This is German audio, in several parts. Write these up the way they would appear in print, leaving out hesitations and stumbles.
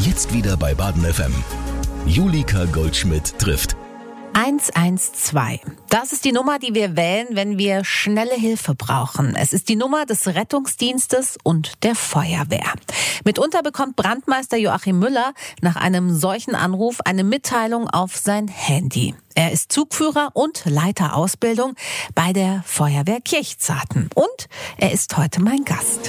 Jetzt wieder bei Baden FM. Julika Goldschmidt trifft. 112. Das ist die Nummer, die wir wählen, wenn wir schnelle Hilfe brauchen. Es ist die Nummer des Rettungsdienstes und der Feuerwehr. Mitunter bekommt Brandmeister Joachim Müller nach einem solchen Anruf eine Mitteilung auf sein Handy. Er ist Zugführer und Leiter Ausbildung bei der Feuerwehr Kirchzarten. Und er ist heute mein Gast.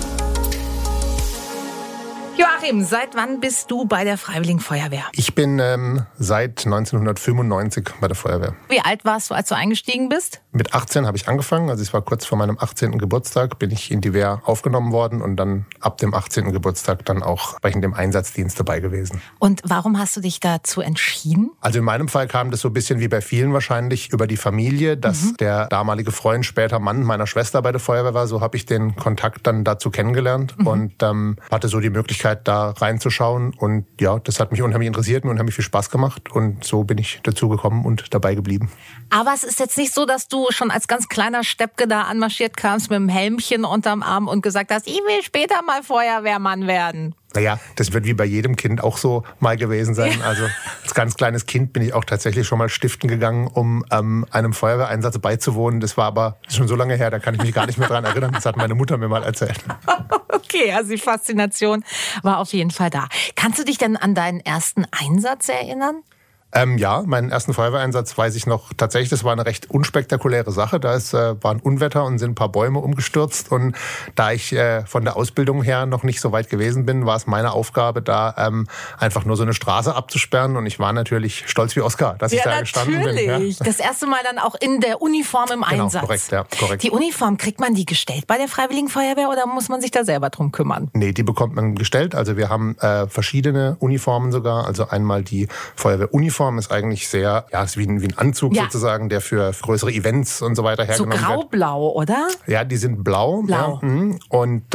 Joachim, seit wann bist du bei der Freiwilligen Feuerwehr? Ich bin seit 1995 bei der Feuerwehr. Wie alt warst du, als du eingestiegen bist? Mit 18 habe ich angefangen, also es war kurz vor meinem 18. Geburtstag, bin ich in die Wehr aufgenommen worden und dann ab dem 18. Geburtstag dann auch bei dem Einsatzdienst dabei gewesen. Und warum hast du dich dazu entschieden? Also in meinem Fall kam das so ein bisschen wie bei vielen wahrscheinlich über die Familie, dass der damalige Freund, später Mann meiner Schwester bei der Feuerwehr war. So habe ich den Kontakt dann dazu kennengelernt und hatte so die Möglichkeit, da reinzuschauen. Und ja, das hat mich unheimlich interessiert, mir unheimlich viel Spaß gemacht. Und so bin ich dazu gekommen und dabei geblieben. Aber es ist jetzt nicht so, dass du schon als ganz kleiner Steppke da anmarschiert kamst mit dem Helmchen unterm Arm und gesagt hast, ich will später mal Feuerwehrmann werden. Naja, das wird wie bei jedem Kind auch so mal gewesen sein. Ja. Also als ganz kleines Kind bin ich auch tatsächlich schon mal stiften gegangen, um einem Feuerwehreinsatz beizuwohnen. Das war aber schon so lange her, da kann ich mich gar nicht mehr dran erinnern. Das hat meine Mutter mir mal erzählt. Okay, also die Faszination war auf jeden Fall da. Kannst du dich denn an deinen ersten Einsatz erinnern? Ja, meinen ersten Feuerwehreinsatz weiß ich noch tatsächlich. Das war eine recht unspektakuläre Sache. Da war ein Unwetter und sind ein paar Bäume umgestürzt. Und da ich von der Ausbildung her noch nicht so weit gewesen bin, war es meine Aufgabe, da einfach nur so eine Straße abzusperren. Und ich war natürlich stolz wie Oskar, dass ich da gestanden bin. Ja, natürlich. Das erste Mal dann auch in der Uniform im Einsatz. Korrekt, ja, korrekt. Die Uniform, kriegt man die gestellt bei der Freiwilligen Feuerwehr oder muss man sich da selber drum kümmern? Nee, die bekommt man gestellt. Also wir haben verschiedene Uniformen sogar. Also einmal die Feuerwehruniform ist eigentlich sehr, ja, ist wie ein Anzug sozusagen, der für größere Events und so weiter hergenommen wird. So grau-blau, oder? Ja, die sind blau. Blau. Ja, und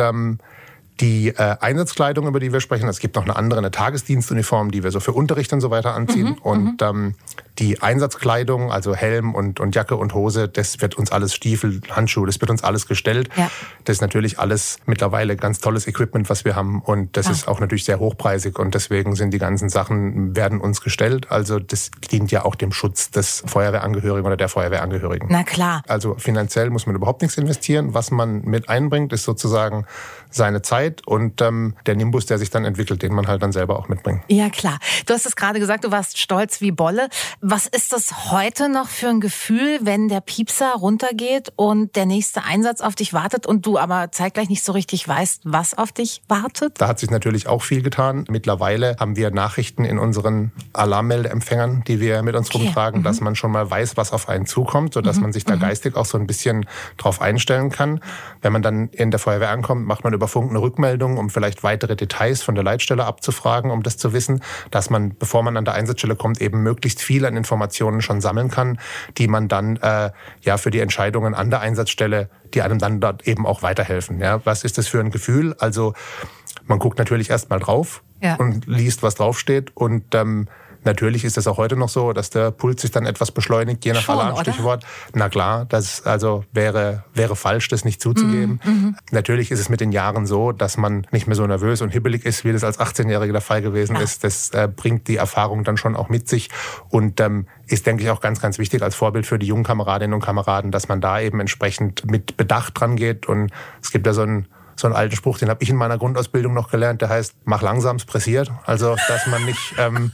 die Einsatzkleidung, über die wir sprechen, es gibt noch eine Tagesdienstuniform, die wir so für Unterricht und so weiter anziehen. Und die Einsatzkleidung, also Helm und Jacke und Hose, das wird uns alles, Stiefel, Handschuhe, das wird uns alles gestellt. Ja. Das ist natürlich alles mittlerweile ganz tolles Equipment, was wir haben. Und das ist auch natürlich sehr hochpreisig. Und deswegen sind die ganzen Sachen, werden uns gestellt. Also das dient ja auch dem Schutz des Feuerwehrangehörigen oder der Feuerwehrangehörigen. Na klar. Also finanziell muss man überhaupt nichts investieren. Was man mit einbringt, ist sozusagen seine Zeit und der Nimbus, der sich dann entwickelt, den man halt dann selber auch mitbringt. Ja, klar. Du hast es gerade gesagt, du warst stolz wie Bolle. Was ist das heute noch für ein Gefühl, wenn der Piepser runtergeht und der nächste Einsatz auf dich wartet und du aber zeitgleich nicht so richtig weißt, was auf dich wartet? Da hat sich natürlich auch viel getan. Mittlerweile haben wir Nachrichten in unseren Alarmmeldeempfängern, die wir mit uns rumtragen, dass man schon mal weiß, was auf einen zukommt, sodass man sich da geistig auch so ein bisschen drauf einstellen kann. Wenn man dann in der Feuerwehr ankommt, macht man über Funk eine Rückmeldung, um vielleicht weitere Details von der Leitstelle abzufragen, um das zu wissen, dass man, bevor man an der Einsatzstelle kommt, eben möglichst viel an Informationen schon sammeln kann, die man dann für die Entscheidungen an der Einsatzstelle, die einem dann dort eben auch weiterhelfen. Ja, was ist das für ein Gefühl? Also man guckt natürlich erst mal drauf und liest, was draufsteht und natürlich ist es auch heute noch so, dass der Puls sich dann etwas beschleunigt, je nach Alarmstichwort. Na klar, das also wäre falsch, das nicht zuzugeben. Natürlich ist es mit den Jahren so, dass man nicht mehr so nervös und hibbelig ist, wie das als 18-Jähriger der Fall gewesen ist. Das bringt die Erfahrung dann schon auch mit sich und ist, denke ich, auch ganz, ganz wichtig als Vorbild für die jungen Kameradinnen und Kameraden, dass man da eben entsprechend mit Bedacht dran geht. Und es gibt ja so einen alten Spruch, den habe ich in meiner Grundausbildung noch gelernt, der heißt, mach langsam, es pressiert. Also, dass man nicht...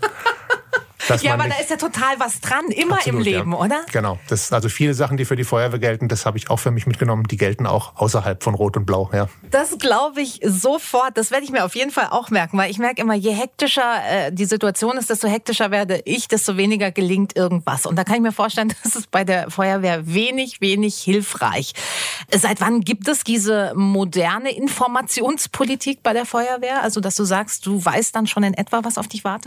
Ja, aber da ist ja total was dran, immer absolut, im Leben, oder? Genau. Also viele Sachen, die für die Feuerwehr gelten, das habe ich auch für mich mitgenommen, die gelten auch außerhalb von Rot und Blau. Ja. Das glaube ich sofort. Das werde ich mir auf jeden Fall auch merken, weil ich merke immer, je hektischer die Situation ist, desto hektischer werde ich, desto weniger gelingt irgendwas. Und da kann ich mir vorstellen, das ist bei der Feuerwehr wenig hilfreich. Seit wann gibt es diese moderne Informationspolitik bei der Feuerwehr? Also, dass du sagst, du weißt dann schon in etwa, was auf dich wartet?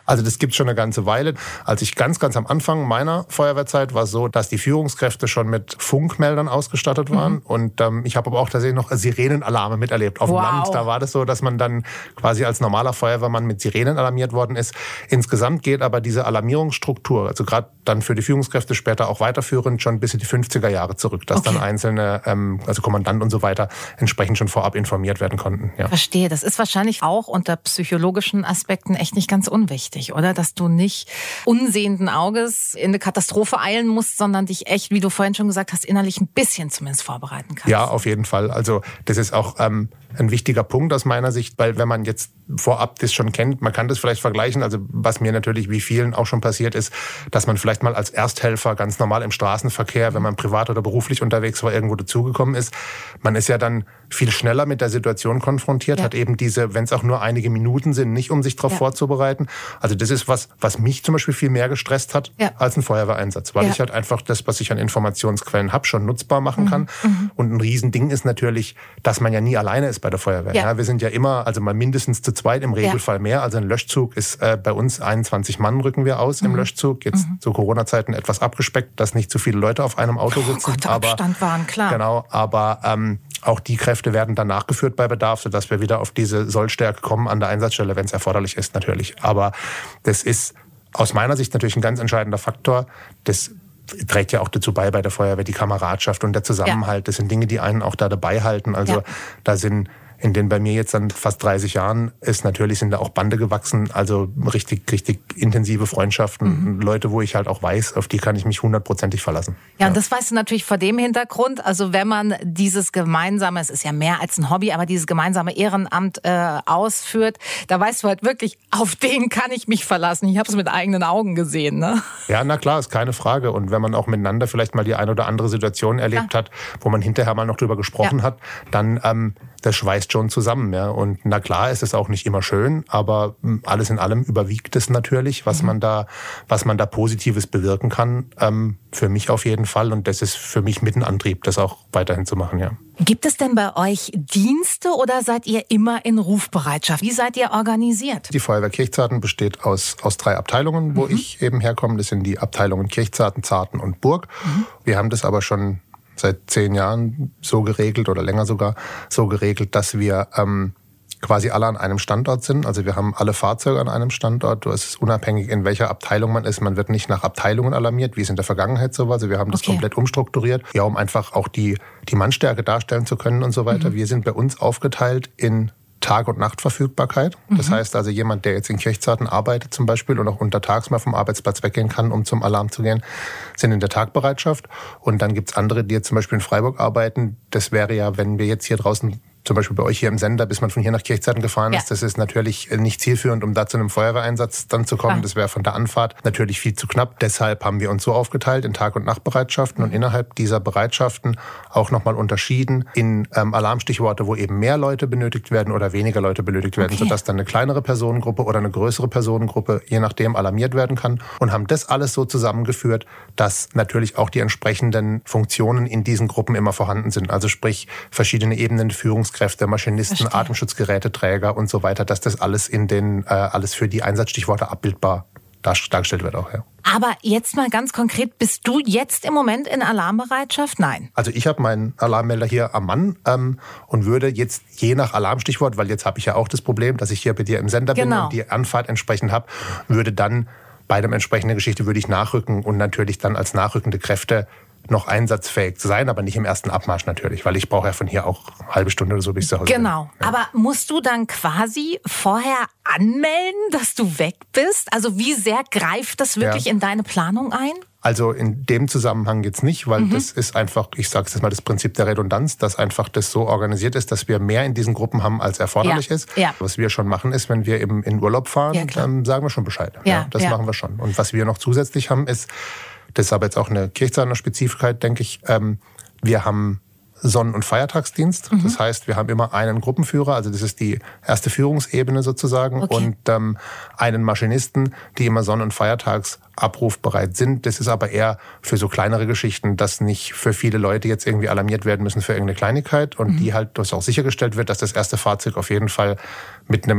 Also das gibt es schon eine ganze Weile. Als ich ganz am Anfang meiner Feuerwehrzeit war es so, dass die Führungskräfte schon mit Funkmeldern ausgestattet waren. Und ich habe aber auch tatsächlich noch Sirenenalarme miterlebt. Auf dem Land, da war das so, dass man dann quasi als normaler Feuerwehrmann mit Sirenen alarmiert worden ist. Insgesamt geht aber diese Alarmierungsstruktur, also gerade dann für die Führungskräfte später auch weiterführend, schon bis in die 50er Jahre zurück, dass dann einzelne, also Kommandant und so weiter, entsprechend schon vorab informiert werden konnten. Ja. Verstehe, das ist wahrscheinlich auch unter psychologischen Aspekten echt nicht ganz unwichtig. Oder? Dass du nicht unsehenden Auges in eine Katastrophe eilen musst, sondern dich echt, wie du vorhin schon gesagt hast, innerlich ein bisschen zumindest vorbereiten kannst. Ja, auf jeden Fall. Also das ist auch ein wichtiger Punkt aus meiner Sicht, weil wenn man jetzt vorab das schon kennt, man kann das vielleicht vergleichen, also was mir natürlich wie vielen auch schon passiert ist, dass man vielleicht mal als Ersthelfer ganz normal im Straßenverkehr, wenn man privat oder beruflich unterwegs war, irgendwo dazugekommen ist. Man ist ja dann viel schneller mit der Situation konfrontiert, hat eben diese, wenn es auch nur einige Minuten sind, nicht um sich darauf vorzubereiten. Also das ist was mich zum Beispiel viel mehr gestresst hat als ein Feuerwehreinsatz, weil ich halt einfach das, was ich an Informationsquellen habe, schon nutzbar machen kann. Und ein Riesending ist natürlich, dass man ja nie alleine ist bei der Feuerwehr. Ja, wir sind ja immer, also mal mindestens zu zweit, im Regelfall mehr. Also ein Löschzug ist bei uns 21 Mann rücken wir aus im Löschzug. Jetzt zu Corona-Zeiten etwas abgespeckt, dass nicht zu viele Leute auf einem Auto sitzen. Gott, Abstand waren, klar. Genau, aber auch die Kräfte werden dann nachgeführt bei Bedarf, sodass wir wieder auf diese Sollstärke kommen an der Einsatzstelle, wenn es erforderlich ist natürlich. Aber das ist aus meiner Sicht natürlich ein ganz entscheidender Faktor. Das trägt ja auch dazu bei der Feuerwehr, die Kameradschaft und der Zusammenhalt. Das sind Dinge, die einen auch da dabei halten. Also da sind in den bei mir jetzt dann fast 30 Jahren sind da auch Bande gewachsen, also richtig intensive Freundschaften, Leute, wo ich halt auch weiß, auf die kann ich mich 100%ig verlassen. Ja, und das weißt du natürlich vor dem Hintergrund, also wenn man dieses gemeinsame, es ist ja mehr als ein Hobby, aber dieses gemeinsame Ehrenamt ausführt, da weißt du halt wirklich, auf den kann ich mich verlassen. Ich habe es mit eigenen Augen gesehen, ne? Ja, na klar, ist keine Frage. Und wenn man auch miteinander vielleicht mal die eine oder andere Situation erlebt hat, wo man hinterher mal noch drüber gesprochen hat, dann das schweißt schon zusammen. Ja. Und na klar, ist es auch nicht immer schön, aber alles in allem überwiegt es natürlich, was man da Positives bewirken kann. Für mich auf jeden Fall. Und das ist für mich mit ein Antrieb, das auch weiterhin zu machen. Ja. Gibt es denn bei euch Dienste oder seid ihr immer in Rufbereitschaft? Wie seid ihr organisiert? Die Feuerwehr Kirchzarten besteht aus 3 Abteilungen, wo ich eben herkomme. Das sind die Abteilungen Kirchzarten, Zarten und Burg. Wir haben das aber schon seit 10 Jahren so geregelt oder länger sogar so geregelt, dass wir quasi alle an einem Standort sind. Also wir haben alle Fahrzeuge an einem Standort. Es ist unabhängig, in welcher Abteilung man ist. Man wird nicht nach Abteilungen alarmiert, wie es in der Vergangenheit so war. Also wir haben das komplett umstrukturiert, ja, um einfach auch die Mannstärke darstellen zu können und so weiter. Wir sind bei uns aufgeteilt in Tag- und Nachtverfügbarkeit. Das heißt also, jemand, der jetzt in Kirchzarten arbeitet zum Beispiel und auch untertags mal vom Arbeitsplatz weggehen kann, um zum Alarm zu gehen, sind in der Tagbereitschaft. Und dann gibt's andere, die jetzt zum Beispiel in Freiburg arbeiten. Das wäre ja, wenn wir jetzt hier draußen, zum Beispiel bei euch hier im Sender, bis man von hier nach Kirchzarten gefahren ist, das ist natürlich nicht zielführend, um da zu einem Feuerwehreinsatz dann zu kommen. Das wäre von der Anfahrt natürlich viel zu knapp. Deshalb haben wir uns so aufgeteilt in Tag- und Nachtbereitschaften und innerhalb dieser Bereitschaften auch nochmal unterschieden in Alarmstichworte, wo eben mehr Leute benötigt werden oder weniger Leute benötigt werden, sodass dann eine kleinere Personengruppe oder eine größere Personengruppe, je nachdem, alarmiert werden kann, und haben das alles so zusammengeführt, dass natürlich auch die entsprechenden Funktionen in diesen Gruppen immer vorhanden sind. Also sprich, verschiedene Ebenen, Führungskräfte, Maschinisten, Atemschutzgeräteträger und so weiter, dass das alles alles für die Einsatzstichworte abbildbar dargestellt wird auch, ja. Aber jetzt mal ganz konkret, bist du jetzt im Moment in Alarmbereitschaft? Nein. Also ich habe meinen Alarmmelder hier am Mann und würde jetzt je nach Alarmstichwort, weil jetzt habe ich ja auch das Problem, dass ich hier bei dir im Sender bin und die Anfahrt entsprechend habe, würde dann bei der entsprechenden Geschichte würde ich nachrücken und natürlich dann als nachrückende Kräfte noch einsatzfähig zu sein, aber nicht im ersten Abmarsch natürlich, weil ich brauche ja von hier auch eine halbe Stunde oder so bis zu Hause. Genau, ja. Aber musst du dann quasi vorher anmelden, dass du weg bist? Also wie sehr greift das wirklich in deine Planung ein? Also in dem Zusammenhang jetzt nicht, weil das ist einfach, ich sage es jetzt mal, das Prinzip der Redundanz, dass einfach das so organisiert ist, dass wir mehr in diesen Gruppen haben, als erforderlich ist. Ja. Was wir schon machen ist, wenn wir eben in Urlaub fahren, dann sagen wir schon Bescheid. Ja, das machen wir schon. Und was wir noch zusätzlich haben ist, das ist aber jetzt auch eine Kirchzartener Spezifik, denke ich, wir haben Sonn- und Feiertagsdienst. Das heißt, wir haben immer einen Gruppenführer, also das ist die erste Führungsebene sozusagen, und einen Maschinisten, die immer sonn- und feiertags abrufbereit sind. Das ist aber eher für so kleinere Geschichten, dass nicht für viele Leute jetzt irgendwie alarmiert werden müssen für irgendeine Kleinigkeit und die halt, dass auch sichergestellt wird, dass das erste Fahrzeug auf jeden Fall mit einem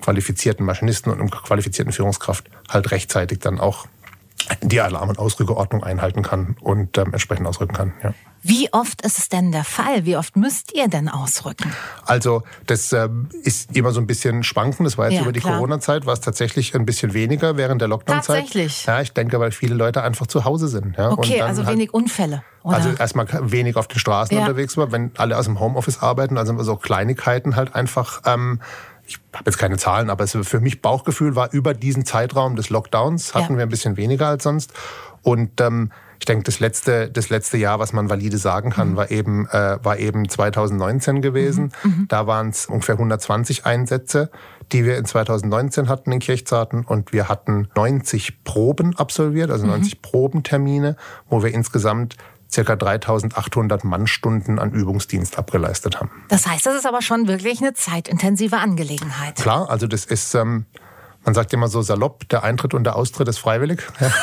qualifizierten Maschinisten und einer qualifizierten Führungskraft halt rechtzeitig dann auch die Alarm- und Ausrückeordnung einhalten kann und entsprechend ausrücken kann. Ja. Wie oft ist es denn der Fall? Wie oft müsst ihr denn ausrücken? Also das ist immer so ein bisschen schwankend. Das war jetzt über die Corona-Zeit, war es tatsächlich ein bisschen weniger während der Lockdown-Zeit. Tatsächlich? Ja, ich denke, weil viele Leute einfach zu Hause sind. Ja. Okay, und dann also wenig Unfälle. Oder? Also erstmal wenig auf den Straßen unterwegs war, wenn alle aus dem Homeoffice arbeiten, also so Kleinigkeiten halt einfach... ich habe jetzt keine Zahlen, aber für mich Bauchgefühl war, über diesen Zeitraum des Lockdowns hatten wir ein bisschen weniger als sonst. Und ich denke, das letzte Jahr, was man valide sagen kann, war eben 2019 gewesen. Da waren es ungefähr 120 Einsätze, die wir in 2019 hatten in Kirchzarten. Und wir hatten 90 Proben absolviert, also 90 Probentermine, wo wir insgesamt ca. 3.800 Mannstunden an Übungsdienst abgeleistet haben. Das heißt, das ist aber schon wirklich eine zeitintensive Angelegenheit. Klar, also das ist, man sagt immer so salopp, der Eintritt und der Austritt ist freiwillig.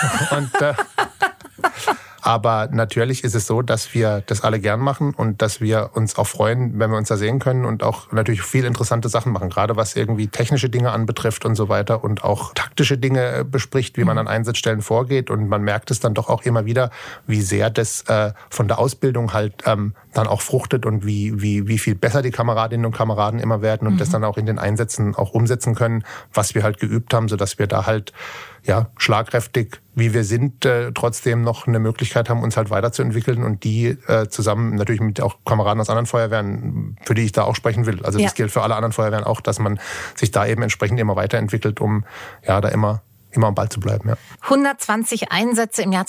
Aber natürlich ist es so, dass wir das alle gern machen und dass wir uns auch freuen, wenn wir uns da sehen können und auch natürlich viel interessante Sachen machen, gerade was irgendwie technische Dinge anbetrifft und so weiter und auch taktische Dinge bespricht, wie man an Einsatzstellen vorgeht. Und man merkt es dann doch auch immer wieder, wie sehr das von der Ausbildung halt dann auch fruchtet und wie viel besser die Kameradinnen und Kameraden immer werden und das dann auch in den Einsätzen auch umsetzen können, was wir halt geübt haben, sodass wir da halt schlagkräftig, wie wir sind, trotzdem noch eine Möglichkeit haben, uns halt weiterzuentwickeln und die zusammen natürlich mit auch Kameraden aus anderen Feuerwehren, für die ich da auch sprechen will. Also das gilt für alle anderen Feuerwehren auch, dass man sich da eben entsprechend immer weiterentwickelt, um da immer am Ball zu bleiben. Ja. 120 Einsätze im Jahr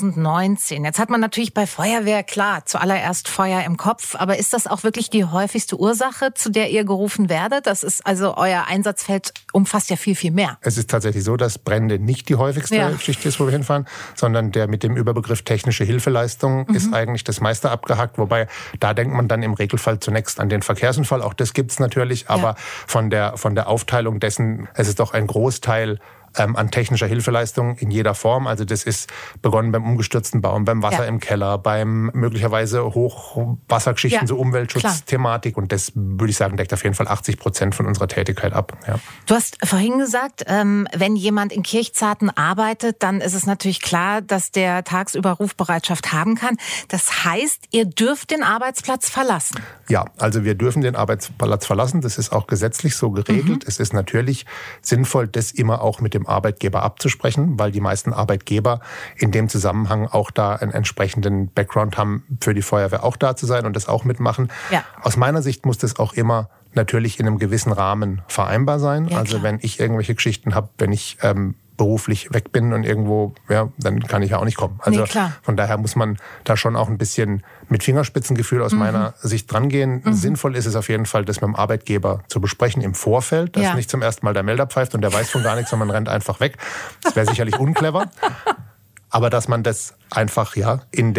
2019. Jetzt hat man natürlich bei Feuerwehr, klar, zuallererst Feuer im Kopf. Aber ist das auch wirklich die häufigste Ursache, zu der ihr gerufen werdet? Das ist also, euer Einsatzfeld umfasst ja viel, viel mehr. Es ist tatsächlich so, dass Brände nicht die häufigste Geschichte ist, wo wir hinfahren, sondern der mit dem Überbegriff technische Hilfeleistung ist eigentlich das meiste abgehakt. Wobei, da denkt man dann im Regelfall zunächst an den Verkehrsunfall. Auch das gibt's natürlich. Aber von der Aufteilung dessen, es ist doch ein Großteil an technischer Hilfeleistung in jeder Form. Also das ist begonnen beim umgestürzten Baum, beim Wasser im Keller, beim möglicherweise Hochwassergeschichten, so Umweltschutzthematik. Und das, würde ich sagen, deckt auf jeden Fall 80% von unserer Tätigkeit ab. Ja. Du hast vorhin gesagt, wenn jemand in Kirchzarten arbeitet, dann ist es natürlich klar, dass der tagsüber Rufbereitschaft haben kann. Das heißt, ihr dürft den Arbeitsplatz verlassen? Ja, also wir dürfen den Arbeitsplatz verlassen. Das ist auch gesetzlich so geregelt. Es ist natürlich sinnvoll, das immer auch mit dem Arbeitgeber abzusprechen, weil die meisten Arbeitgeber in dem Zusammenhang auch da einen entsprechenden Background haben, für die Feuerwehr auch da zu sein und das auch mitmachen. Ja. Aus meiner Sicht muss das auch immer natürlich in einem gewissen Rahmen vereinbar sein. Ja, also wenn ich irgendwelche Geschichten habe, wenn ich beruflich weg bin und irgendwo, dann kann ich ja auch nicht kommen. Also von daher muss man da schon auch ein bisschen mit Fingerspitzengefühl aus meiner Sicht drangehen. Sinnvoll ist es auf jeden Fall, das mit dem Arbeitgeber zu besprechen im Vorfeld, dass nicht zum ersten Mal der Melder pfeift und der weiß von gar nichts, sondern man rennt einfach weg. Das wäre sicherlich unclever. Aber dass man das einfach in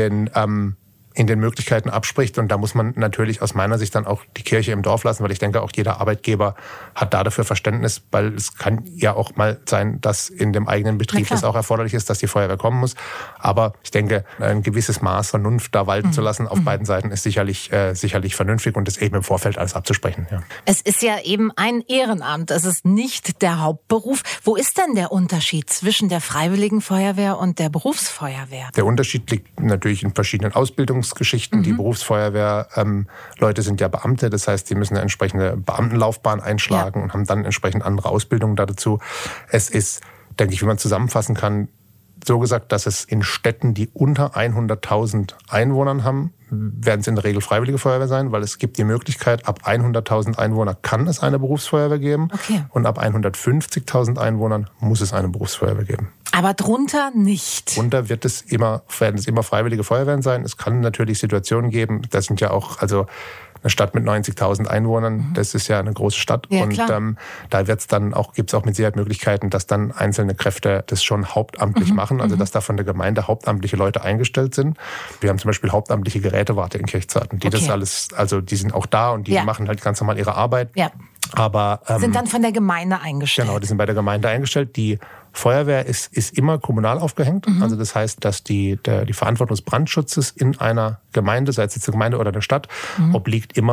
den Möglichkeiten abspricht. Und da muss man natürlich aus meiner Sicht dann auch die Kirche im Dorf lassen, weil ich denke, auch jeder Arbeitgeber hat da dafür Verständnis, weil es kann ja auch mal sein, dass in dem eigenen Betrieb es auch erforderlich ist, dass die Feuerwehr kommen muss. Aber ich denke, ein gewisses Maß Vernunft da walten zu lassen auf beiden Seiten ist sicherlich vernünftig und das eben im Vorfeld alles abzusprechen. Ja. Es ist ja eben ein Ehrenamt, es ist nicht der Hauptberuf. Wo ist denn der Unterschied zwischen der Freiwilligen Feuerwehr und der Berufsfeuerwehr? Der Unterschied liegt natürlich in verschiedenen Ausbildungsgeschichten. Die Berufsfeuerwehr, Leute sind ja Beamte, das heißt, die müssen eine entsprechende Beamtenlaufbahn einschlagen und haben dann entsprechend andere Ausbildungen dazu. Es ist, denke ich, wie man zusammenfassen kann, so gesagt, dass es in Städten, die unter 100.000 Einwohnern haben, werden es in der Regel Freiwillige Feuerwehr sein, weil es gibt die Möglichkeit, ab 100.000 Einwohner kann es eine Berufsfeuerwehr geben und ab 150.000 Einwohnern muss es eine Berufsfeuerwehr geben. Aber drunter nicht? Drunter werden es immer Freiwillige Feuerwehren sein. Es kann natürlich Situationen geben, das sind ja auch, also eine Stadt mit 90.000 Einwohnern, das ist ja eine große Stadt. Ja, und da gibt's auch mit Sicherheit Möglichkeiten, dass dann einzelne Kräfte das schon hauptamtlich machen, also dass da von der Gemeinde hauptamtliche Leute eingestellt sind. Wir haben zum Beispiel hauptamtliche Gerätewarte in Kirchzarten, die das alles, also die sind auch da und die machen halt ganz normal ihre Arbeit. Ja. Aber sind dann von der Gemeinde eingestellt. Genau, die sind bei der Gemeinde eingestellt. Die Feuerwehr ist immer kommunal aufgehängt. Also das heißt, dass die Verantwortung des Brandschutzes in einer Gemeinde, sei es jetzt eine Gemeinde oder eine Stadt, obliegt immer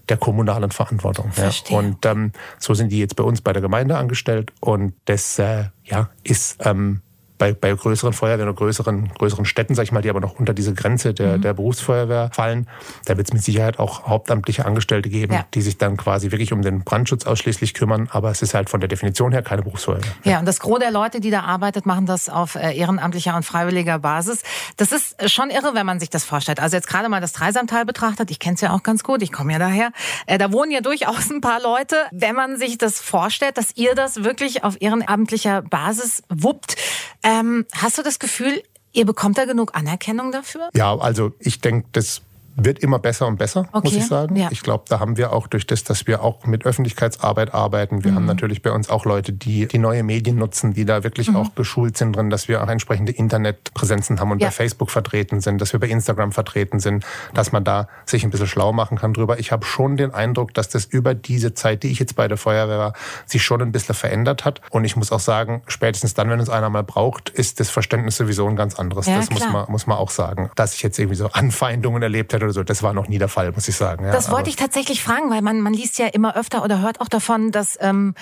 der kommunalen Verantwortung. Verstehe. Ja. Und so sind die jetzt bei uns bei der Gemeinde angestellt und das ist bei größeren Feuerwehren oder größeren Städten, sag ich mal, die aber noch unter diese Grenze der Berufsfeuerwehr fallen, da wird es mit Sicherheit auch hauptamtliche Angestellte geben, die sich dann quasi wirklich um den Brandschutz ausschließlich kümmern. Aber es ist halt von der Definition her keine Berufsfeuerwehr. Ja, und das Gros der Leute, die da arbeitet, machen das auf ehrenamtlicher und freiwilliger Basis. Das ist schon irre, wenn man sich das vorstellt. Also jetzt gerade mal das Dreisamtal betrachtet, ich kenne es ja auch ganz gut, ich komme ja daher. Da wohnen ja durchaus ein paar Leute. Wenn man sich das vorstellt, dass ihr das wirklich auf ehrenamtlicher Basis wuppt, hast du das Gefühl, ihr bekommt da genug Anerkennung dafür? Ja, also ich denke, das wird immer besser und besser, muss ich sagen. Ja. Ich glaube, da haben wir auch durch das, dass wir auch mit Öffentlichkeitsarbeit arbeiten. Wir haben natürlich bei uns auch Leute, die neue Medien nutzen, die da wirklich auch geschult sind drin, dass wir auch entsprechende Internetpräsenzen haben und bei Facebook vertreten sind, dass wir bei Instagram vertreten sind, dass man da sich ein bisschen schlau machen kann drüber. Ich habe schon den Eindruck, dass das über diese Zeit, die ich jetzt bei der Feuerwehr war, sich schon ein bisschen verändert hat. Und ich muss auch sagen, spätestens dann, wenn uns einer mal braucht, ist das Verständnis sowieso ein ganz anderes. Ja, das muss man auch sagen. Dass ich jetzt irgendwie so Anfeindungen erlebt hätte oder so, das war noch nie der Fall, muss ich sagen. Ja, das wollte ich tatsächlich fragen, weil man liest ja immer öfter oder hört auch davon, dass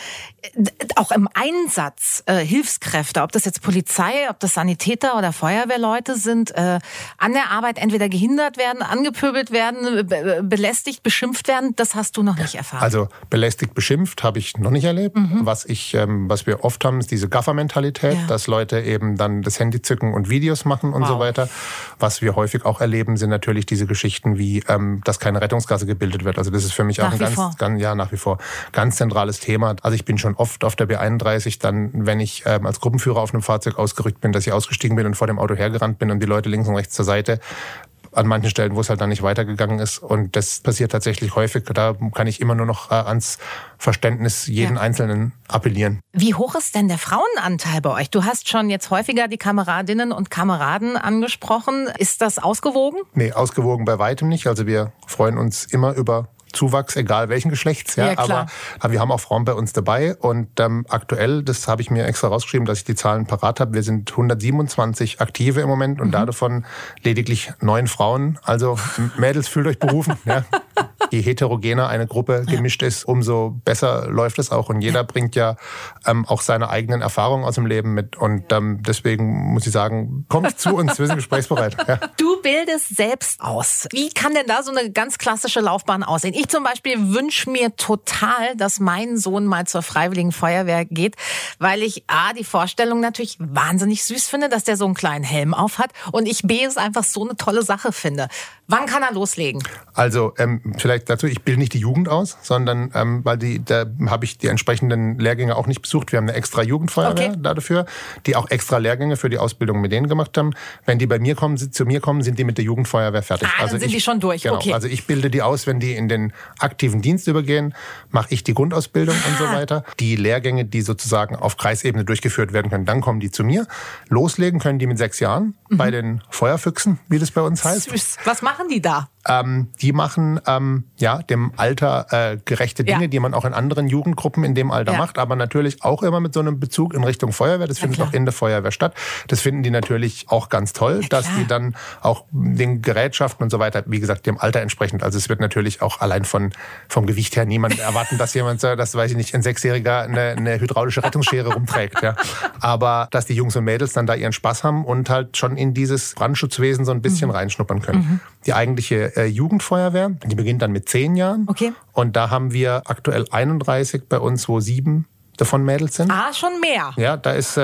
auch im Einsatz Hilfskräfte, ob das jetzt Polizei, ob das Sanitäter oder Feuerwehrleute sind, an der Arbeit entweder gehindert werden, angepöbelt werden, belästigt, beschimpft werden. Das hast du noch nicht erfahren. Also belästigt, beschimpft habe ich noch nicht erlebt. Was wir oft haben, ist diese Gaffer-Mentalität, dass Leute eben dann das Handy zücken und Videos machen und so weiter. Was wir häufig auch erleben, sind natürlich diese Geschichten wie, dass keine Rettungsgasse gebildet wird. Also das ist für mich auch nach wie vor ganz zentrales Thema. Also ich bin schon oft auf der B31 dann, wenn ich als Gruppenführer auf einem Fahrzeug ausgerückt bin, dass ich ausgestiegen bin und vor dem Auto hergerannt bin und die Leute links und rechts zur Seite. An manchen Stellen, wo es halt dann nicht weitergegangen ist. Und das passiert tatsächlich häufig. Da kann ich immer nur noch ans Verständnis jeden Einzelnen appellieren. Wie hoch ist denn der Frauenanteil bei euch? Du hast schon jetzt häufiger die Kameradinnen und Kameraden angesprochen. Ist das ausgewogen? Nee, ausgewogen bei weitem nicht. Also wir freuen uns immer über Zuwachs, egal welchen Geschlechts. Ja, aber wir haben auch Frauen bei uns dabei. Und aktuell, das habe ich mir extra rausgeschrieben, dass ich die Zahlen parat habe, wir sind 127 Aktive im Moment und davon lediglich 9 Frauen. Also Mädels, fühlt euch berufen. Ja. Je heterogener eine Gruppe gemischt ist, umso besser läuft es auch. Und jeder bringt ja auch seine eigenen Erfahrungen aus dem Leben mit. Und deswegen muss ich sagen, kommt zu uns, wir sind gesprächsbereit. Ja. Du bildest selbst aus. Wie kann denn da so eine ganz klassische Laufbahn aussehen? Ich zum Beispiel wünsche mir total, dass mein Sohn mal zur Freiwilligen Feuerwehr geht, weil ich die Vorstellung natürlich wahnsinnig süß finde, dass der so einen kleinen Helm auf hat und ich es einfach so eine tolle Sache finde. Wann kann er loslegen? Also vielleicht dazu, ich bilde nicht die Jugend aus, sondern weil da habe ich die entsprechenden Lehrgänge auch nicht besucht. Wir haben eine extra Jugendfeuerwehr dafür, die auch extra Lehrgänge für die Ausbildung mit denen gemacht haben. Wenn die zu mir kommen, sind die mit der Jugendfeuerwehr fertig. Dann sind die schon durch. Genau, also ich bilde die aus, wenn die in den aktiven Dienst übergehen, mache ich die Grundausbildung und so weiter. Die Lehrgänge, die sozusagen auf Kreisebene durchgeführt werden können, dann kommen die zu mir. Loslegen können die mit 6 Jahren bei den Feuerfüchsen, wie das bei uns heißt. Süß. Was machen die da? Die machen dem Alter gerechte Dinge, die man auch in anderen Jugendgruppen in dem Alter macht, aber natürlich auch immer mit so einem Bezug in Richtung Feuerwehr. Das findet auch in der Feuerwehr statt. Das finden die natürlich auch ganz toll, dass die dann auch den Gerätschaften und so weiter, wie gesagt, dem Alter entsprechend. Also es wird natürlich auch allein vom Gewicht her niemand erwarten, dass jemand, das weiß ich nicht, ein 6-Jähriger eine hydraulische Rettungsschere rumträgt. Ja. Aber dass die Jungs und Mädels dann da ihren Spaß haben und halt schon in dieses Brandschutzwesen so ein bisschen reinschnuppern können. Die eigentliche Jugendfeuerwehr, die beginnt dann mit 10 Jahren. Okay. Und da haben wir aktuell 31 bei uns, wo 7 davon Mädels sind. Schon mehr. Ja, da ist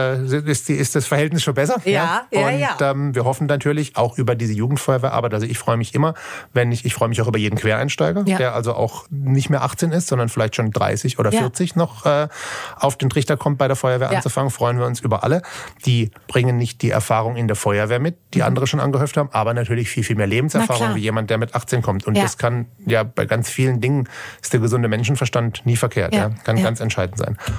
das Verhältnis schon besser. Ja. Wir hoffen natürlich auch über diese Jugendfeuerwehrarbeit. Also ich freue mich immer, ich freue mich auch über jeden Quereinsteiger, der also auch nicht mehr 18 ist, sondern vielleicht schon 30 oder 40 noch auf den Trichter kommt, bei der Feuerwehr anzufangen. Freuen wir uns über alle. Die bringen nicht die Erfahrung in der Feuerwehr mit, die andere schon angehäuft haben, aber natürlich viel, viel mehr Lebenserfahrung wie jemand, der mit 18 kommt. Und das kann bei ganz vielen Dingen ist der gesunde Menschenverstand nie verkehrt. Kann ganz entscheidend sein.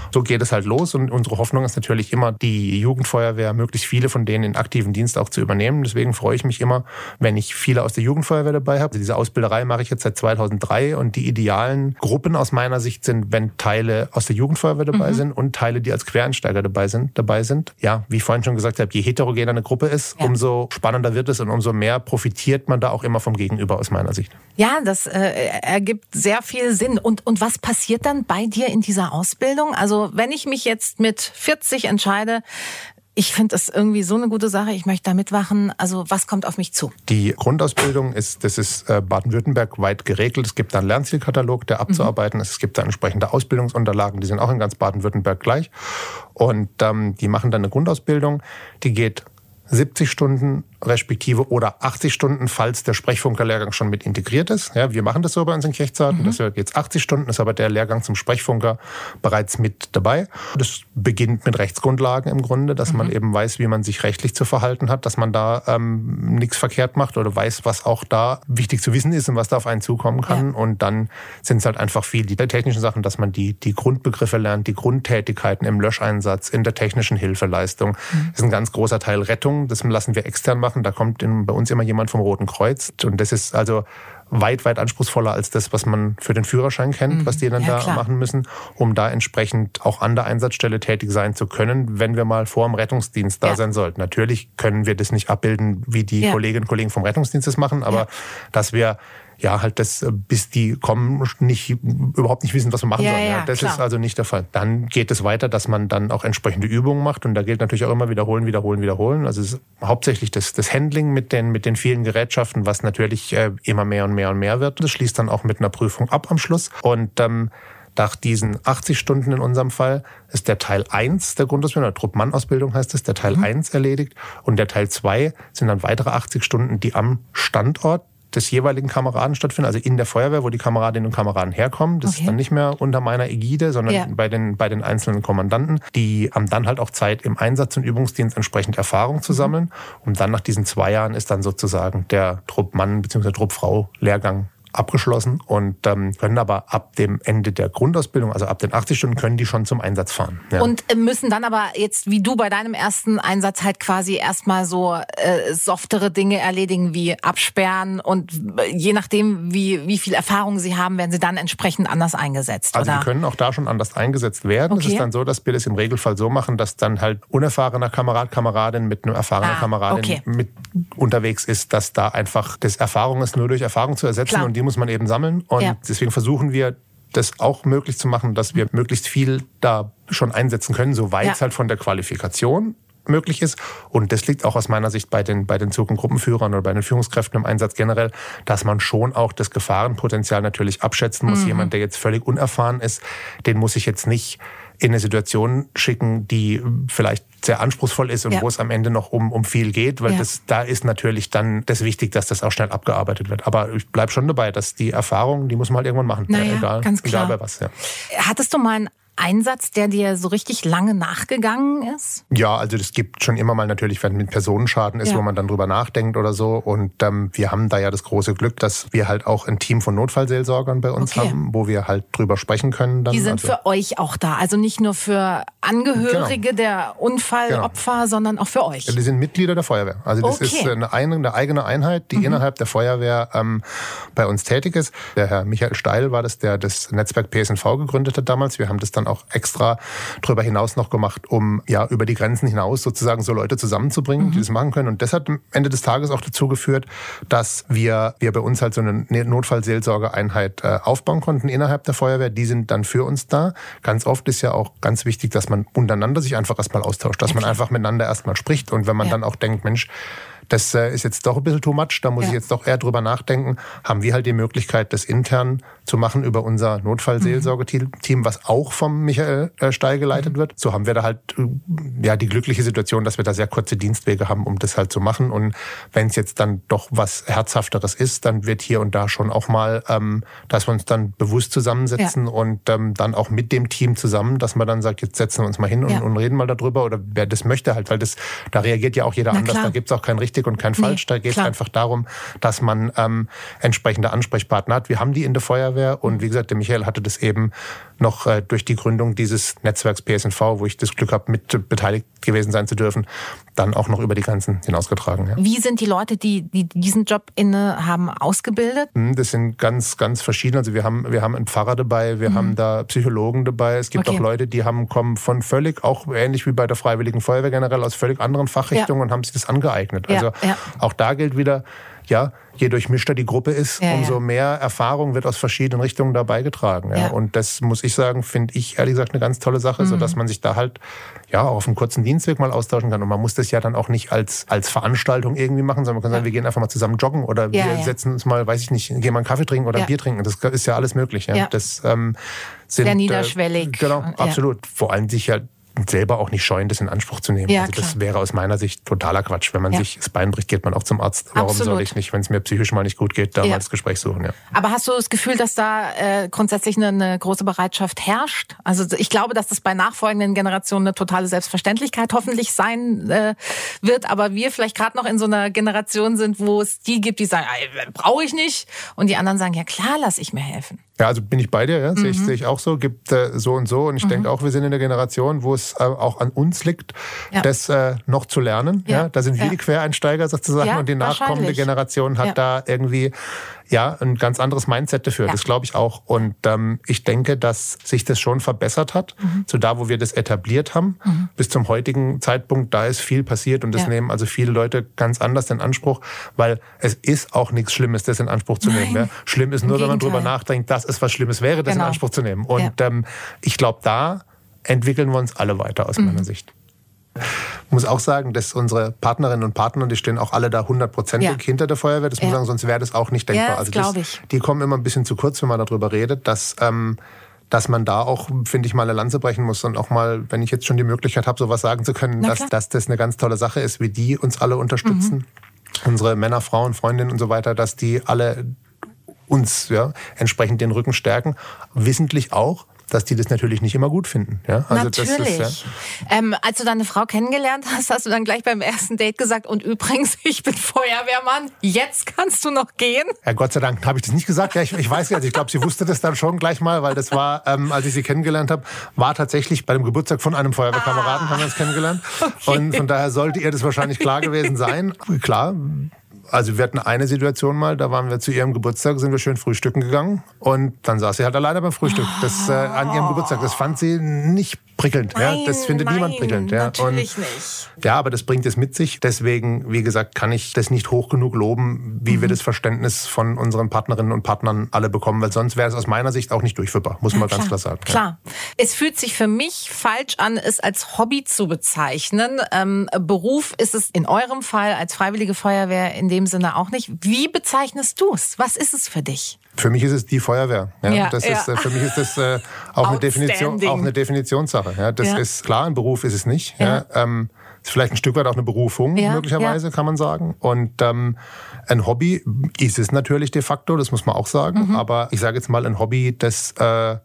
so geht es halt los und unsere Hoffnung ist natürlich immer, die Jugendfeuerwehr, möglichst viele von denen in aktiven Dienst auch zu übernehmen. Deswegen freue ich mich immer, wenn ich viele aus der Jugendfeuerwehr dabei habe. Diese Ausbilderei mache ich jetzt seit 2003 und die idealen Gruppen aus meiner Sicht sind, wenn Teile aus der Jugendfeuerwehr dabei sind und Teile, die als Quereinsteiger dabei sind. Ja, wie ich vorhin schon gesagt habe, je heterogener eine Gruppe ist, umso spannender wird es und umso mehr profitiert man da auch immer vom Gegenüber aus meiner Sicht. Ja, das ergibt sehr viel Sinn. Und was passiert dann bei dir in dieser Ausbildung? Also wenn ich mich jetzt mit 40 entscheide, ich finde das irgendwie so eine gute Sache, ich möchte da mitmachen. Also was kommt auf mich zu? Die Grundausbildung ist Baden-Württemberg weit geregelt. Es gibt da einen Lernzielkatalog, der abzuarbeiten ist. Es gibt da entsprechende Ausbildungsunterlagen, die sind auch in ganz Baden-Württemberg gleich. Und die machen dann eine Grundausbildung, die geht 70 Stunden respektive oder 80 Stunden, falls der Sprechfunkerlehrgang schon mit integriert ist. Ja, wir machen das so bei uns in Kirchzarten. Das wird jetzt 80 Stunden, ist aber der Lehrgang zum Sprechfunker bereits mit dabei. Das beginnt mit Rechtsgrundlagen im Grunde, dass man eben weiß, wie man sich rechtlich zu verhalten hat, dass man da nichts verkehrt macht oder weiß, was auch da wichtig zu wissen ist und was da auf einen zukommen kann. Ja. Und dann sind es halt einfach viel die technischen Sachen, dass man die Grundbegriffe lernt, die Grundtätigkeiten im Löscheinsatz, in der technischen Hilfeleistung. Das ist ein ganz großer Teil Rettung. Das lassen wir extern machen. Da kommt bei uns immer jemand vom Roten Kreuz. Und das ist also weit, weit anspruchsvoller als das, was man für den Führerschein kennt, was die dann machen müssen, um da entsprechend auch an der Einsatzstelle tätig sein zu können, wenn wir mal vor dem Rettungsdienst da sein sollten. Natürlich können wir das nicht abbilden, wie die Kolleginnen und Kollegen vom Rettungsdienst das machen, aber dass wir halt das, bis die kommen, überhaupt nicht wissen, was wir machen sollen. Ja, das ist also nicht der Fall. Dann geht es weiter, dass man dann auch entsprechende Übungen macht und da gilt natürlich auch immer wiederholen. Also es ist hauptsächlich das Handling mit den vielen Gerätschaften, was natürlich immer mehr und mehr wird. Das schließt dann auch mit einer Prüfung ab am Schluss und nach diesen 80 Stunden in unserem Fall ist der Teil 1 der Grundausbildung, der Truppmann-Ausbildung heißt es, der Teil 1 erledigt und der Teil 2 sind dann weitere 80 Stunden, die am Standort des jeweiligen Kameraden stattfinden, also in der Feuerwehr, wo die Kameradinnen und Kameraden herkommen. Das ist dann nicht mehr unter meiner Ägide, sondern bei den einzelnen Kommandanten. Die haben dann halt auch Zeit, im Einsatz- und Übungsdienst entsprechend Erfahrung zu sammeln. Und dann nach diesen 2 Jahren ist dann sozusagen der Truppmann bzw. Truppfrau-Lehrgang abgeschlossen und können aber ab dem Ende der Grundausbildung, also ab den 80 Stunden, können die schon zum Einsatz fahren. Ja. Und müssen dann aber jetzt, wie du bei deinem ersten Einsatz, halt quasi erstmal so softere Dinge erledigen wie absperren und je nachdem, wie viel Erfahrung sie haben, werden sie dann entsprechend anders eingesetzt, also oder? Die können auch da schon anders eingesetzt werden. Es ist dann so, dass wir das im Regelfall so machen, dass dann halt unerfahrener Kameradin mit einem erfahrenen Kameradin mit unterwegs ist, dass da einfach das Erfahrung ist, nur durch Erfahrung zu ersetzen. Klar. Und die muss man eben sammeln. Und deswegen versuchen wir, das auch möglich zu machen, dass wir möglichst viel da schon einsetzen können, soweit es halt von der Qualifikation möglich ist. Und das liegt auch aus meiner Sicht bei den Zug- und Gruppenführern oder bei den Führungskräften im Einsatz generell, dass man schon auch das Gefahrenpotenzial natürlich abschätzen muss. Jemand, der jetzt völlig unerfahren ist, den muss ich jetzt nicht in eine Situation schicken, die vielleicht sehr anspruchsvoll ist und wo es am Ende noch um viel geht, weil da ist natürlich dann das wichtig, dass das auch schnell abgearbeitet wird. Aber ich bleibe schon dabei, dass die Erfahrung, die muss man halt irgendwann machen. Naja, ganz klar. Egal bei was. Ja. Hattest du mal einen Einsatz, der dir so richtig lange nachgegangen ist? Ja, also das gibt schon immer mal natürlich, wenn mit Personenschaden ist, wo man dann drüber nachdenkt oder so. Und wir haben da ja das große Glück, dass wir halt auch ein Team von Notfallseelsorgern bei uns haben, wo wir halt drüber sprechen können. Dann. Die sind für euch auch da, also nicht nur für Angehörige der Unfallopfer, sondern auch für euch. Ja, die sind Mitglieder der Feuerwehr. Also das ist eine eigene Einheit, die innerhalb der Feuerwehr bei uns tätig ist. Der Herr Michael Steil war das, der das Netzwerk PSNV gegründet hat damals. Wir haben das dann auch extra darüber hinaus noch gemacht, um über die Grenzen hinaus sozusagen so Leute zusammenzubringen, die das machen können. Und das hat am Ende des Tages auch dazu geführt, dass wir bei uns halt so eine Notfallseelsorgeeinheit aufbauen konnten innerhalb der Feuerwehr. Die sind dann für uns da. Ganz oft ist ja auch ganz wichtig, dass man untereinander sich einfach erstmal austauscht, dass man einfach miteinander erstmal spricht. Und wenn man dann auch denkt, Mensch, das ist jetzt doch ein bisschen too much, da muss ich jetzt doch eher drüber nachdenken, haben wir halt die Möglichkeit, das intern zu machen über unser Notfallseelsorgeteam, was auch vom Michael Steil geleitet wird. So haben wir da halt die glückliche Situation, dass wir da sehr kurze Dienstwege haben, um das halt zu machen. Und wenn es jetzt dann doch was Herzhafteres ist, dann wird hier und da schon auch mal, dass wir uns dann bewusst zusammensetzen und dann auch mit dem Team zusammen, dass man dann sagt, jetzt setzen wir uns mal hin und reden mal darüber oder wer das möchte halt, weil da reagiert ja auch jeder anders. Da gibt es auch kein richtig richtig und kein falsch. Da geht es einfach darum, dass man entsprechende Ansprechpartner hat. Wir haben die in der Feuerwehr und wie gesagt, der Michael hatte das eben noch durch die Gründung dieses Netzwerks PSNV, wo ich das Glück habe, mit beteiligt gewesen sein zu dürfen, dann auch noch über die Grenzen hinausgetragen. Ja. Wie sind die Leute, die diesen Job inne haben, ausgebildet? Das sind ganz, ganz verschiedene. Also wir haben einen Pfarrer dabei, wir haben da Psychologen dabei. Es gibt auch Leute, die kommen von völlig, auch ähnlich wie bei der Freiwilligen Feuerwehr generell, aus völlig anderen Fachrichtungen und haben sich das angeeignet. Also auch da gilt wieder, je durchmischter die Gruppe ist, umso mehr Erfahrung wird aus verschiedenen Richtungen da beigetragen. Ja. Und das muss ich sagen, finde ich ehrlich gesagt eine ganz tolle Sache, sodass man sich da halt auch auf einem kurzen Dienstweg mal austauschen kann. Und man muss das ja dann auch nicht als Veranstaltung irgendwie machen, sondern man kann sagen, wir gehen einfach mal zusammen joggen oder wir setzen uns mal, weiß ich nicht, gehen mal einen Kaffee trinken oder ein Bier trinken. Das ist ja alles möglich. Ja. Das sind sehr niederschwellig. Genau, absolut. Vor allem sich halt selber auch nicht scheuen, das in Anspruch zu nehmen. Also das wäre aus meiner Sicht totaler Quatsch. Wenn man sich das Bein bricht, geht man auch zum Arzt. Warum soll ich nicht, wenn es mir psychisch mal nicht gut geht, da mal das Gespräch suchen? Ja. Aber hast du das Gefühl, dass da grundsätzlich eine große Bereitschaft herrscht? Also ich glaube, dass das bei nachfolgenden Generationen eine totale Selbstverständlichkeit hoffentlich sein wird. Aber wir vielleicht gerade noch in so einer Generation sind, wo es die gibt, die sagen, brauche ich nicht. Und die anderen sagen, ja klar, lass ich mir helfen. Ja, also bin ich bei dir, ja? Sehe ich auch so, gibt so und so. Und ich denke auch, wir sind in der Generation, wo es auch an uns liegt, das noch zu lernen. Ja. Da sind wir die Quereinsteiger sozusagen und die nachkommende Generation hat da irgendwie ein ganz anderes Mindset dafür. Das glaube ich auch. Und ich denke, dass sich das schon verbessert hat. Zu da, wo wir das etabliert haben, bis zum heutigen Zeitpunkt, da ist viel passiert und das nehmen also viele Leute ganz anders in Anspruch, weil es ist auch nichts Schlimmes, das in Anspruch zu nehmen. Ja? Schlimm ist nur, wenn man drüber nachdenkt, dass es was Schlimmes wäre, das in Anspruch zu nehmen. Und ich glaube, da entwickeln wir uns alle weiter aus meiner Sicht. Ich muss auch sagen, dass unsere Partnerinnen und Partner, die stehen auch alle da 100% hinter der Feuerwehr. Das muss ich sagen, sonst wäre das auch nicht denkbar. Ja, das ich. Die kommen immer ein bisschen zu kurz, wenn man darüber redet, dass man da auch, finde ich, mal eine Lanze brechen muss und auch mal, wenn ich jetzt schon die Möglichkeit habe, sowas sagen zu können, dass das eine ganz tolle Sache ist, wie die uns alle unterstützen. Unsere Männer, Frauen, Freundinnen und so weiter, dass die alle uns entsprechend den Rücken stärken. Wissentlich auch, dass die das natürlich nicht immer gut finden. Ja? Also natürlich. Das ist, als du deine Frau kennengelernt hast, hast du dann gleich beim ersten Date gesagt, und übrigens, ich bin Feuerwehrmann, jetzt kannst du noch gehen? Ja, Gott sei Dank habe ich das nicht gesagt. Ja, ich weiß ja, ich glaube, sie wusste das dann schon gleich mal, weil das war, als ich sie kennengelernt habe, war tatsächlich bei dem Geburtstag von einem Feuerwehrkameraden, haben wir uns kennengelernt. Okay. Und von daher sollte ihr das wahrscheinlich klar gewesen sein. Klar. Also wir hatten eine Situation mal, da waren wir zu ihrem Geburtstag, sind wir schön frühstücken gegangen und dann saß sie halt alleine beim Frühstück. Das an ihrem Geburtstag, das fand sie nicht prickelnd. Nein, das findet niemand prickelnd. Natürlich nicht. Ja, aber das bringt es mit sich. Deswegen, wie gesagt, kann ich das nicht hoch genug loben, wie wir das Verständnis von unseren Partnerinnen und Partnern alle bekommen, weil sonst wäre es aus meiner Sicht auch nicht durchführbar, muss man ganz klar sagen. Klar. Ja. Es fühlt sich für mich falsch an, es als Hobby zu bezeichnen. Beruf ist es in eurem Fall als Freiwillige Feuerwehr in dem Sinne auch nicht. Wie bezeichnest du es? Was ist es für dich? Für mich ist es die Feuerwehr. Für mich ist das auch eine Definitionssache. Ja, das ist klar, ein Beruf ist es nicht. Ja. Ist vielleicht ein Stück weit auch eine Berufung, möglicherweise, kann man sagen. Und ein Hobby ist es natürlich de facto, das muss man auch sagen. Aber ich sage jetzt mal ein Hobby, das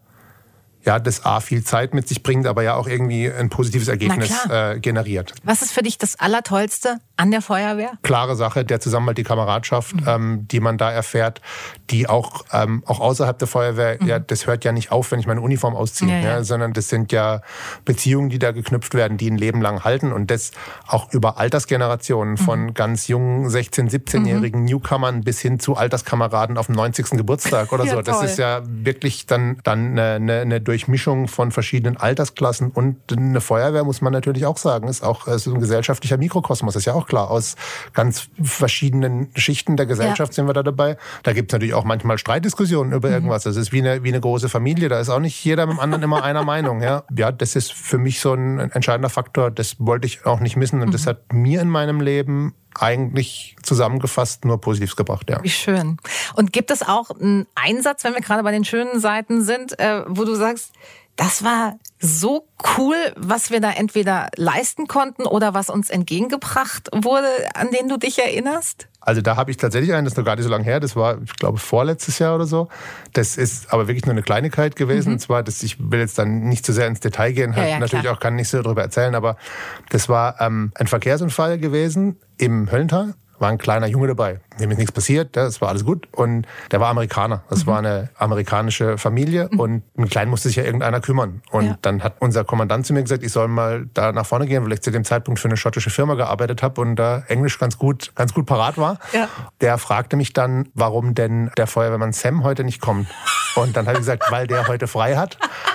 A, viel Zeit mit sich bringt, aber ja auch irgendwie ein positives Ergebnis generiert. Was ist für dich das Allertollste an der Feuerwehr? Klare Sache, der Zusammenhalt, die Kameradschaft, die man da erfährt, die auch außerhalb der Feuerwehr, das hört ja nicht auf, wenn ich meine Uniform ausziehe, sondern das sind ja Beziehungen, die da geknüpft werden, die ein Leben lang halten und das auch über Altersgenerationen von ganz jungen 16-, 17-jährigen Newcomern bis hin zu Alterskameraden auf dem 90. Geburtstag oder so. Das ist ja wirklich dann eine Durchmischung von verschiedenen Altersklassen und eine Feuerwehr, muss man natürlich auch sagen, ist ein gesellschaftlicher Mikrokosmos, ist ja auch klar. Aus ganz verschiedenen Schichten der Gesellschaft sind wir da dabei. Da gibt es natürlich auch manchmal Streitdiskussionen über irgendwas. Das ist wie eine große Familie, da ist auch nicht jeder mit dem anderen immer einer Meinung. Ja, das ist für mich so ein entscheidender Faktor, das wollte ich auch nicht missen und das hat mir in meinem Leben eigentlich zusammengefasst nur Positives gebracht. Ja. Wie schön. Und gibt es auch einen Einsatz, wenn wir gerade bei den schönen Seiten sind, wo du sagst, Das war so cool, was wir da entweder leisten konnten oder was uns entgegengebracht wurde, an den du dich erinnerst? Also da habe ich tatsächlich einen, das ist noch gar nicht so lange her, das war, ich glaube, vorletztes Jahr oder so. Das ist aber wirklich nur eine Kleinigkeit gewesen. Und zwar, ich will jetzt dann nicht zu sehr ins Detail gehen, natürlich klar. Auch kann nicht so darüber erzählen, aber das war ein Verkehrsunfall gewesen im Höllental. War ein kleiner Junge dabei, dem ist nichts passiert, das war alles gut. Und der war Amerikaner, das war eine amerikanische Familie und um Kleinen musste sich ja irgendeiner kümmern. Und dann hat unser Kommandant zu mir gesagt, ich soll mal da nach vorne gehen, weil ich zu dem Zeitpunkt für eine schottische Firma gearbeitet habe und da Englisch ganz gut parat war. Ja. Der fragte mich dann, warum denn der Feuerwehrmann Sam heute nicht kommt. Und dann habe ich gesagt, weil der heute frei hat.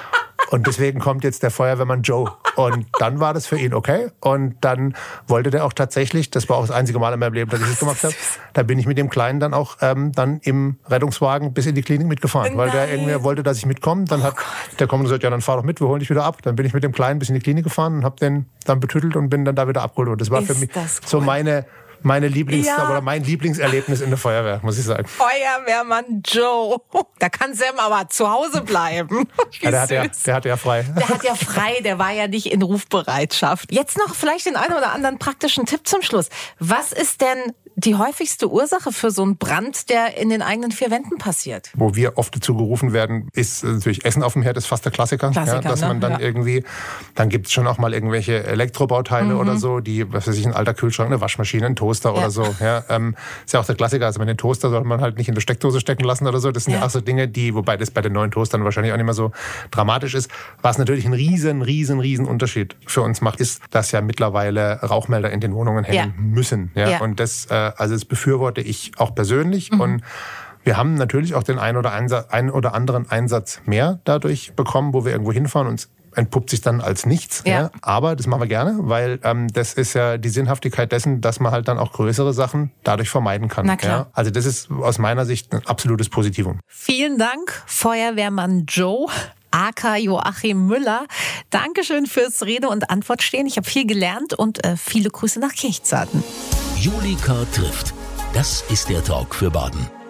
Und deswegen kommt jetzt der Feuerwehrmann Joe. Und dann war das für ihn okay. Und dann wollte der auch tatsächlich, das war auch das einzige Mal in meinem Leben, dass ich das gemacht habe, da bin ich mit dem Kleinen dann auch dann im Rettungswagen bis in die Klinik mitgefahren. Weil der irgendwie wollte, dass ich mitkomme. Dann hat der Kommandant gesagt, ja, dann fahr doch mit, wir holen dich wieder ab. Dann bin ich mit dem Kleinen bis in die Klinik gefahren und habe den dann betüttelt und bin dann da wieder abgeholt. Und das war für mich so meine oder mein Lieblingserlebnis in der Feuerwehr, muss ich sagen. Feuerwehrmann Joe. Da kann Sam aber zu Hause bleiben. Ja, der hatte ja frei. Der hat ja frei, der war ja nicht in Rufbereitschaft. Jetzt noch vielleicht den einen oder anderen praktischen Tipp zum Schluss. Was ist denn die häufigste Ursache für so einen Brand, der in den eigenen vier Wänden passiert? Wo wir oft dazu gerufen werden, ist natürlich Essen auf dem Herd, ist fast der Klassiker. Dass man dann irgendwie, dann gibt es schon auch mal irgendwelche Elektrobauteile oder so, die, was weiß ich, ein alter Kühlschrank, eine Waschmaschine, ein Toaster oder so. Ja, ist ja auch der Klassiker. Also den Toaster sollte man halt nicht in der Steckdose stecken lassen oder so. Das sind ja auch so Dinge, wobei das bei den neuen Toastern wahrscheinlich auch nicht mehr so dramatisch ist. Was natürlich einen riesen Unterschied für uns macht, ist, dass ja mittlerweile Rauchmelder in den Wohnungen hängen müssen. Ja? Und das befürworte ich auch persönlich. Und wir haben natürlich auch den ein oder anderen Einsatz mehr dadurch bekommen, wo wir irgendwo hinfahren und entpuppt sich dann als nichts. Ja. Aber das machen wir gerne, weil das ist ja die Sinnhaftigkeit dessen, dass man halt dann auch größere Sachen dadurch vermeiden kann. Na klar. Ja. Also das ist aus meiner Sicht ein absolutes Positivum. Vielen Dank, Feuerwehrmann Joe. aka Joachim Müller. Dankeschön fürs Rede und Antwort stehen. Ich habe viel gelernt und viele Grüße nach Kirchzarten. Julika trifft. Das ist der Talk für Baden.